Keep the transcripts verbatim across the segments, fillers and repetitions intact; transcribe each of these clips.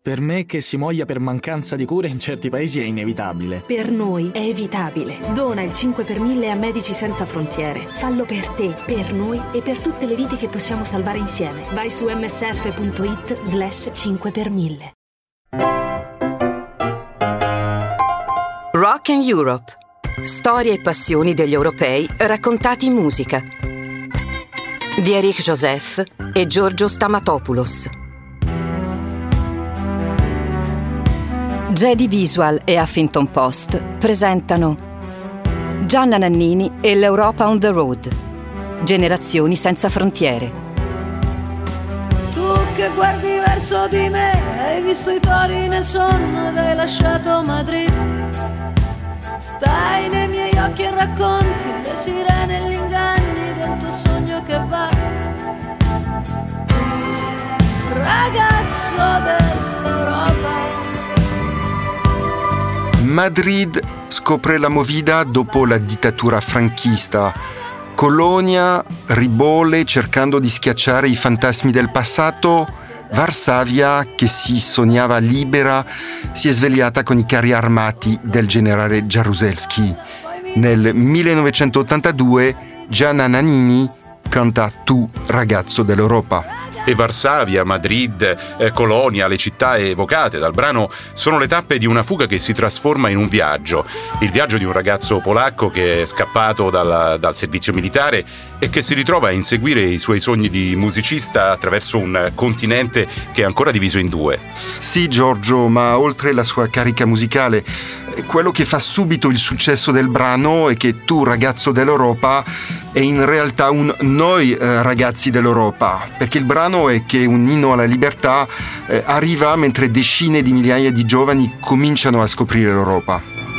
Per me che si muoia per mancanza di cure in certi paesi è inevitabile. Per noi è evitabile. Dona il cinque per mille a Medici Senza Frontiere. Fallo per te, per noi e per tutte le vite che possiamo salvare insieme. Vai su msf.it slash cinque per mille. Rock and Europe. Storie e passioni degli europei raccontati in musica. Di Eric Joseph e Giorgio Stamatopoulos. Jedi Visual e Huffington Post presentano Gianna Nannini e l'Europa on the Road. Generazioni senza frontiere. Tu che guardi verso di me, hai visto i tori nel sonno ed hai lasciato Madrid. Stai nei miei occhi e racconti le sirene e gli inganni del tuo sogno che va. Ragazzo dell'Europa. Madrid scopre la movida dopo la dittatura franchista. Colonia ribole cercando di schiacciare i fantasmi del passato. Varsavia, che si sognava libera, si è svegliata con i carri armati del generale Jaruzelski. Nel millenovecentottantadue Gianna Nannini canta Tu, ragazzo dell'Europa. E Varsavia, Madrid, eh, Colonia, le città evocate dal brano sono le tappe di una fuga che si trasforma in un viaggio. Il viaggio di un ragazzo polacco che è scappato dal, dal servizio militare e che si ritrova a inseguire i suoi sogni di musicista attraverso un continente che è ancora diviso in due. Sì, Giorgio, ma oltre la sua carica musicale, quello che fa subito il successo del brano è che Tu, ragazzo dell'Europa, è in realtà un Noi eh, ragazzi dell'Europa, perché il brano è che un inno alla libertà eh, arriva mentre decine di migliaia di giovani cominciano a scoprire l'Europa.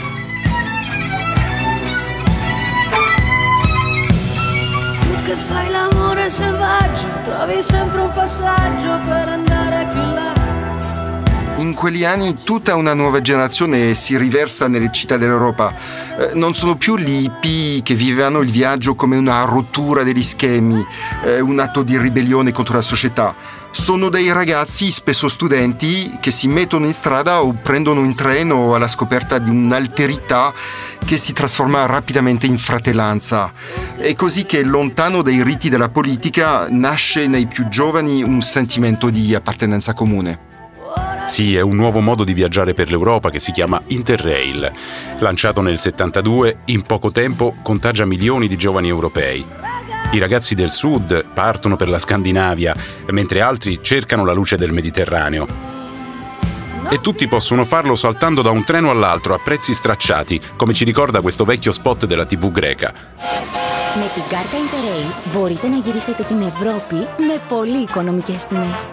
Tu che fai l'amore selvaggio, trovi sempre un passaggio per andare più là. In quegli anni tutta una nuova generazione si riversa nelle città dell'Europa. Eh, non sono più gli hippie che vivevano il viaggio come una rottura degli schemi, eh, un atto di ribellione contro la società. Sono dei ragazzi, spesso studenti, che si mettono in strada o prendono un treno alla scoperta di un'alterità che si trasforma rapidamente in fratellanza. È così che, lontano dai riti della politica, nasce nei più giovani un sentimento di appartenenza comune. Sì, è un nuovo modo di viaggiare per l'Europa che si chiama Interrail. Lanciato nel settantadue, in poco tempo contagia milioni di giovani europei. I ragazzi del sud partono per la Scandinavia, mentre altri cercano la luce del Mediterraneo. E tutti possono farlo saltando da un treno all'altro a prezzi stracciati, come ci ricorda questo vecchio spot della tivù greca. Με την κάρτα Interrail μπορείτε να γυρίσετε την Ευρώπη με πολύ οικονομικές τιμές.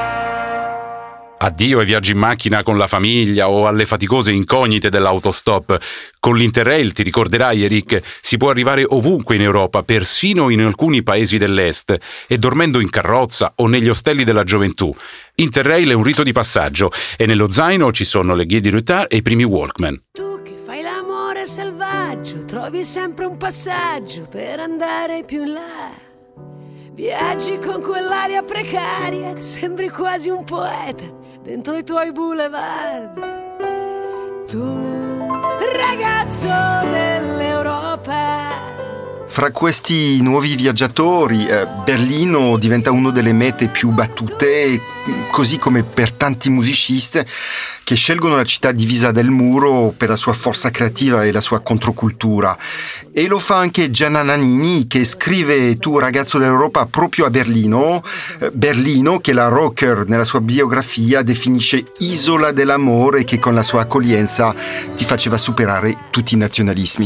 Addio ai viaggi in macchina con la famiglia o alle faticose incognite dell'autostop. Con l'Interrail, ti ricorderai Eric, si può arrivare ovunque in Europa, persino in alcuni paesi dell'est, e dormendo in carrozza o negli ostelli della gioventù. Interrail è un rito di passaggio e nello zaino ci sono le guide di retard e i primi Walkman. Tu che fai l'amore selvaggio, trovi sempre un passaggio per andare più in là. Viaggi con quell'aria precaria, sembri quasi un poeta dentro i tuoi boulevard. Tu, ragazzo dell'Europa. Fra questi nuovi viaggiatori, eh, Berlino diventa una delle mete più battute, così come per tanti musicisti che scelgono la città divisa del muro per la sua forza creativa e la sua controcultura. E lo fa anche Gianna Nannini, che scrive Tu, ragazzo dell'Europa, proprio a Berlino. Eh, Berlino, che la rocker nella sua biografia definisce isola dell'amore, che con la sua accoglienza ti faceva superare tutti i nazionalismi.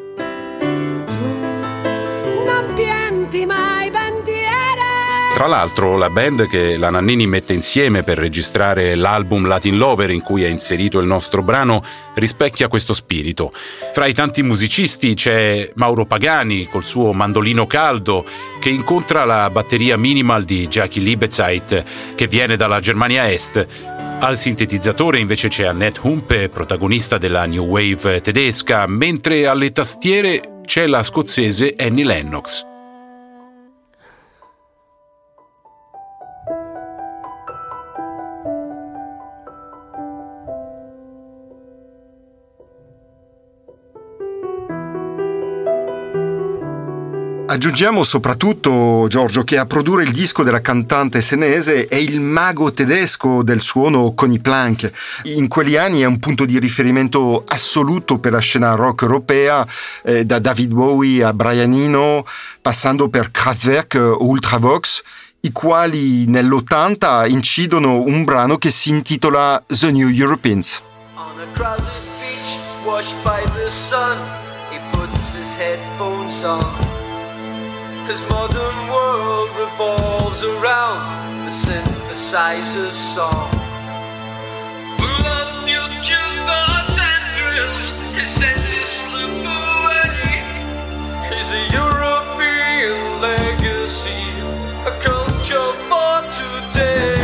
Tra l'altro, la band che la Nannini mette insieme per registrare l'album Latin Lover in cui è inserito il nostro brano rispecchia questo spirito. Fra i tanti musicisti c'è Mauro Pagani col suo mandolino caldo che incontra la batteria minimal di Jackie Liebezeit che viene dalla Germania Est. Al sintetizzatore invece c'è Annette Humpe, protagonista della New Wave tedesca, mentre alle tastiere c'è la scozzese Annie Lennox. Aggiungiamo soprattutto, Giorgio, che a produrre il disco della cantante senese è il mago tedesco del suono Conny Plank. In quegli anni è un punto di riferimento assoluto per la scena rock europea, eh, da David Bowie a Brian Eno, passando per Kraftwerk o Ultravox, i quali nell'ottanta incidono un brano che si intitola The New Europeans. On a crowded beach, washed by the sun, he puts his headphones on. His modern world revolves around the synthesizer's song. Love your thoughts and thrills, his senses slip away. He's a European legacy, a culture for today.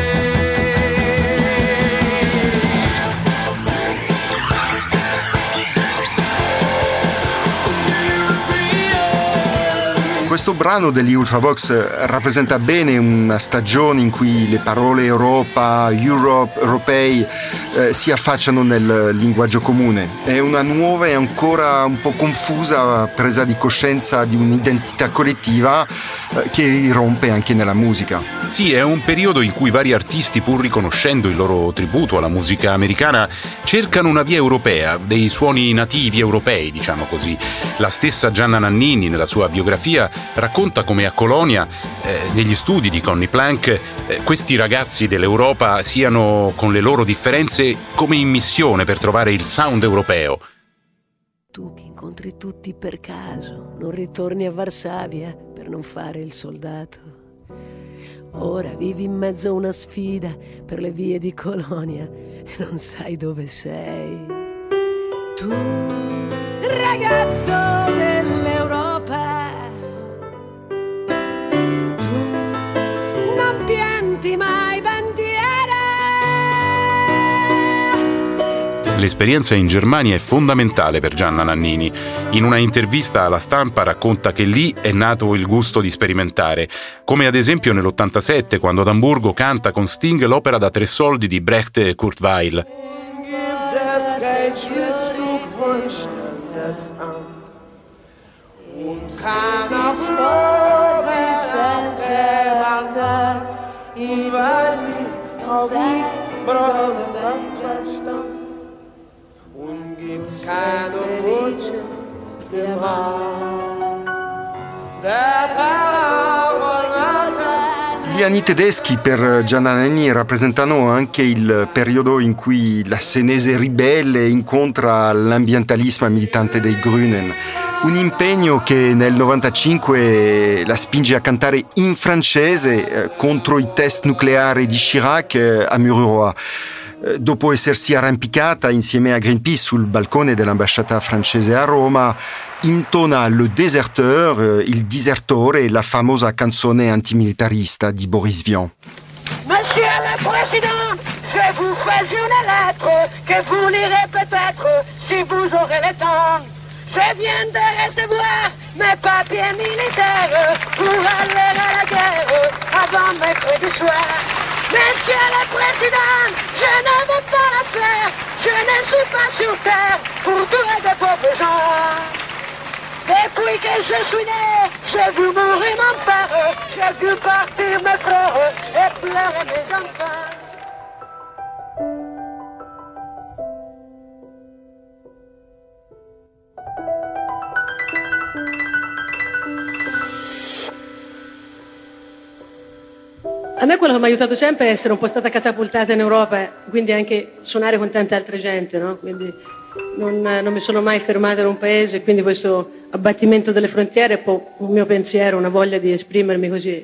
Questo brano degli Ultravox rappresenta bene una stagione in cui le parole Europa, Europe, europei eh, si affacciano nel linguaggio comune. È una nuova e ancora un po' confusa presa di coscienza di un'identità collettiva eh, che irrompe anche nella musica. Sì, è un periodo in cui vari artisti, pur riconoscendo il loro tributo alla musica americana, cercano una via europea, dei suoni nativi europei, diciamo così. La stessa Gianna Nannini, nella sua biografia, racconta come a Colonia, eh, negli studi di Conny Plank, eh, questi ragazzi dell'Europa siano, con le loro differenze, come in missione per trovare il sound europeo. Tu che incontri tutti per caso, non ritorni a Varsavia per non fare il soldato. Ora vivi in mezzo a una sfida per le vie di Colonia e non sai dove sei. Tu, ragazzo dell'Europa, pianti mai bandiera. L'esperienza in Germania è fondamentale per Gianna Nannini. In una intervista alla Stampa racconta che lì è nato il gusto di sperimentare, come ad esempio nell'ottantasette, quando ad Amburgo canta con Sting l'opera da tre soldi di Brecht e Kurt Weill. Ich weiß nicht, ob ich brauche Brandverstand und gibt's keine Wunsch im Haar. Der Gli anni tedeschi per Gianna Nannini rappresentano anche il periodo in cui la senese ribelle incontra l'ambientalismo militante dei Grünen. Un impegno che nel novantacinque la spinge a cantare in francese eh, contro i test nucleari di Chirac eh, a Mururoa. Eh, dopo essersi arrampicata insieme a Greenpeace sul balcone dell'ambasciata francese a Roma, intona Le Déserteur, eh, il disertore, la famosa canzone antimilitarista di Boris Vian. Monsieur le Président, je vous fais une lettre que vous lirez peut-être si vous aurez le temps. Je viens de recevoir mes papiers militaires pour aller à la guerre avant mercredi soir. Monsieur le Président, je ne veux pas la faire, je ne suis pas sur terre pour tuer de pauvres gens. Depuis que je suis né, j'ai vu mourir mon père, j'ai vu partir mes frères et pleurer mes enfants. A me quello che mi ha aiutato sempre è essere un po' stata catapultata in Europa, quindi anche suonare con tanta altra gente, no? Quindi non, non mi sono mai fermata in un paese, quindi questo abbattimento delle frontiere è un po' un mio pensiero, una voglia di esprimermi così.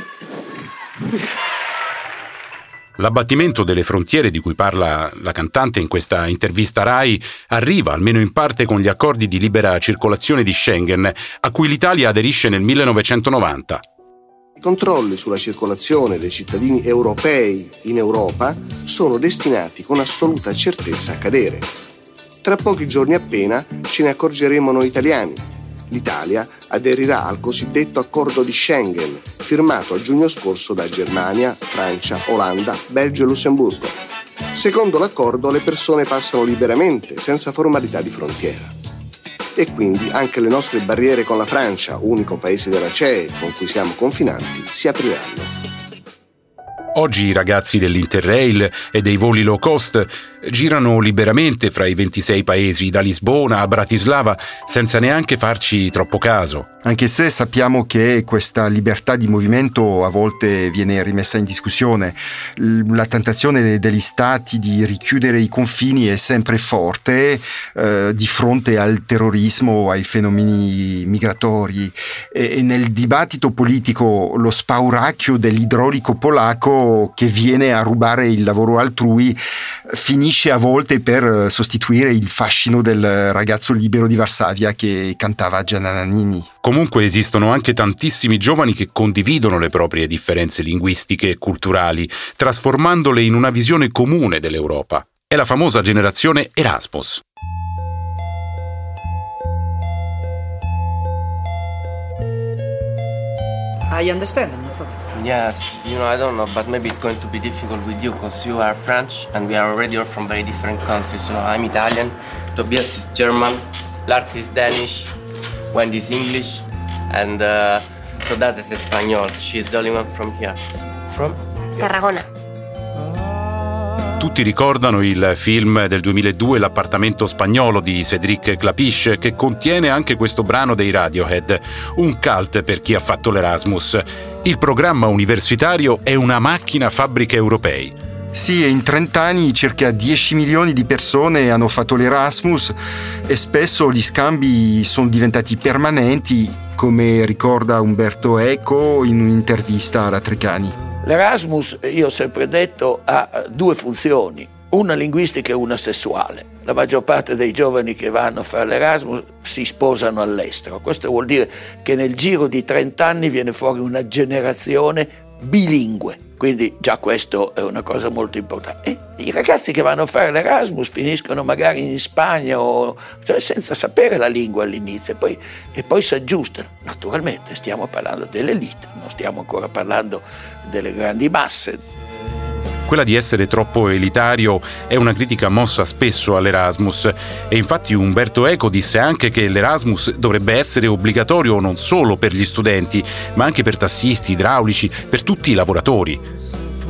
L'abbattimento delle frontiere di cui parla la cantante in questa intervista Rai arriva, almeno in parte, con gli accordi di libera circolazione di Schengen, a cui l'Italia aderisce nel millenovecentonovanta. I controlli sulla circolazione dei cittadini europei in Europa sono destinati con assoluta certezza a cadere. Tra pochi giorni appena ce ne accorgeremo noi italiani. L'Italia aderirà al cosiddetto accordo di Schengen, firmato a giugno scorso da Germania, Francia, Olanda, Belgio e Lussemburgo. Secondo l'accordo le persone passano liberamente, senza formalità di frontiera. e quindi anche le nostre barriere con la Francia, unico paese della C E E con cui siamo confinanti, si apriranno. Oggi i ragazzi dell'Interrail e dei voli low cost girano liberamente fra i ventisei paesi, da Lisbona a Bratislava, senza neanche farci troppo caso. Anche se sappiamo che questa libertà di movimento a volte viene rimessa in discussione. La tentazione degli stati di richiudere i confini è sempre forte eh, di fronte al terrorismo, ai fenomeni migratori. E, e nel dibattito politico lo spauracchio dell'idraulico polacco che viene a rubare il lavoro altrui finisce a volte per sostituire il fascino del ragazzo libero di Varsavia che cantava Gianna Nannini. Comunque esistono anche tantissimi giovani che condividono le proprie differenze linguistiche e culturali, trasformandole in una visione comune dell'Europa. È la famosa generazione Erasmus. I understand, no problem. Yes, you know, I don't know, but maybe it's going to be difficult with you because you are French and we are already all from very different countries. You know, I'm Italian, Tobias is German, Lars is Danish, Wendy is English, and uh, Soledad is Espanol. She's the only one from here. From? Tarragona. Tutti ricordano il film del duemiladue L'appartamento spagnolo di Cédric Klapisch, che contiene anche questo brano dei Radiohead, un cult per chi ha fatto l'Erasmus. Il programma universitario è una macchina fabbrica europei. Sì, in trent'anni circa dieci milioni di persone hanno fatto l'Erasmus e spesso gli scambi sono diventati permanenti, come ricorda Umberto Eco in un'intervista alla Treccani. L'Erasmus, io ho sempre detto, ha due funzioni, una linguistica e una sessuale. La maggior parte dei giovani che vanno a fare l'Erasmus si sposano all'estero. Questo vuol dire che nel giro di trent'anni viene fuori una generazione bilingue. Quindi già questo è una cosa molto importante. E i ragazzi che vanno a fare l'Erasmus finiscono magari in Spagna o, cioè, senza sapere la lingua all'inizio e poi, e poi si aggiustano. Naturalmente stiamo parlando dell'elite, non stiamo ancora parlando delle grandi masse. Quella di essere troppo elitario è una critica mossa spesso all'Erasmus e infatti Umberto Eco disse anche che l'Erasmus dovrebbe essere obbligatorio non solo per gli studenti, ma anche per tassisti, idraulici, per tutti i lavoratori.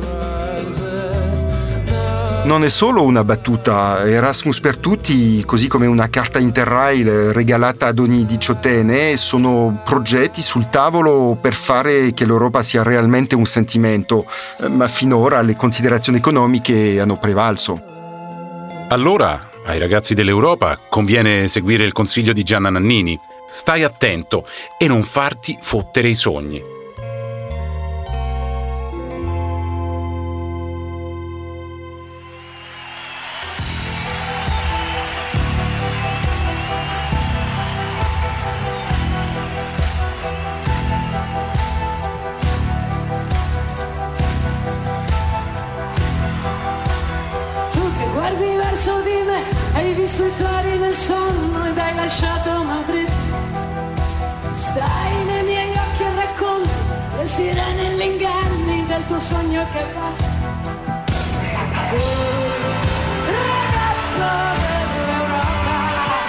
Non è solo una battuta, Erasmus per tutti, così come una carta Interrail regalata ad ogni diciottenne, sono progetti sul tavolo per fare che l'Europa sia realmente un sentimento, ma finora le considerazioni economiche hanno prevalso. Allora, ai ragazzi dell'Europa conviene seguire il consiglio di Gianna Nannini. Stai attento e non farti fottere i sogni. Hai visto i tori nel sonno ed hai lasciato Madrid. Stai nei miei occhi e racconti le sirene e gli inganni del tuo sogno che va. Tu, ragazzo dell'Europa,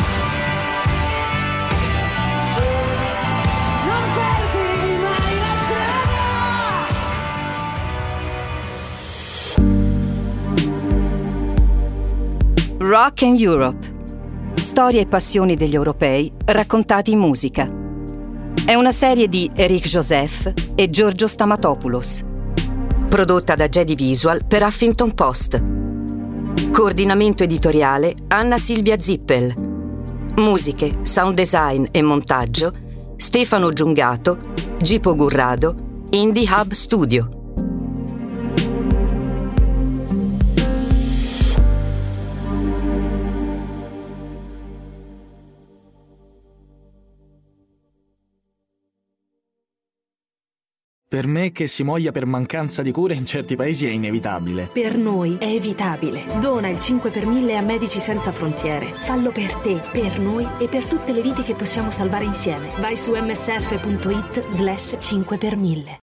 tu non perdi mai la strada. Rock and Europe. Storie e passioni degli europei raccontati in musica. È una serie di Eric Joseph e Giorgio Stamatopoulos. Prodotta da Jedi Visual per Huffington Post. Coordinamento editoriale Anna Silvia Zippel. Musiche, sound design e montaggio Stefano Giungato, Gipo Gurrado, Indie Hub Studio. Per me che si muoia per mancanza di cure in certi paesi è inevitabile. Per noi è evitabile. Dona il cinque per mille a Medici Senza Frontiere. Fallo per te, per noi e per tutte le vite che possiamo salvare insieme. Vai su msf punto it slash cinque per mille.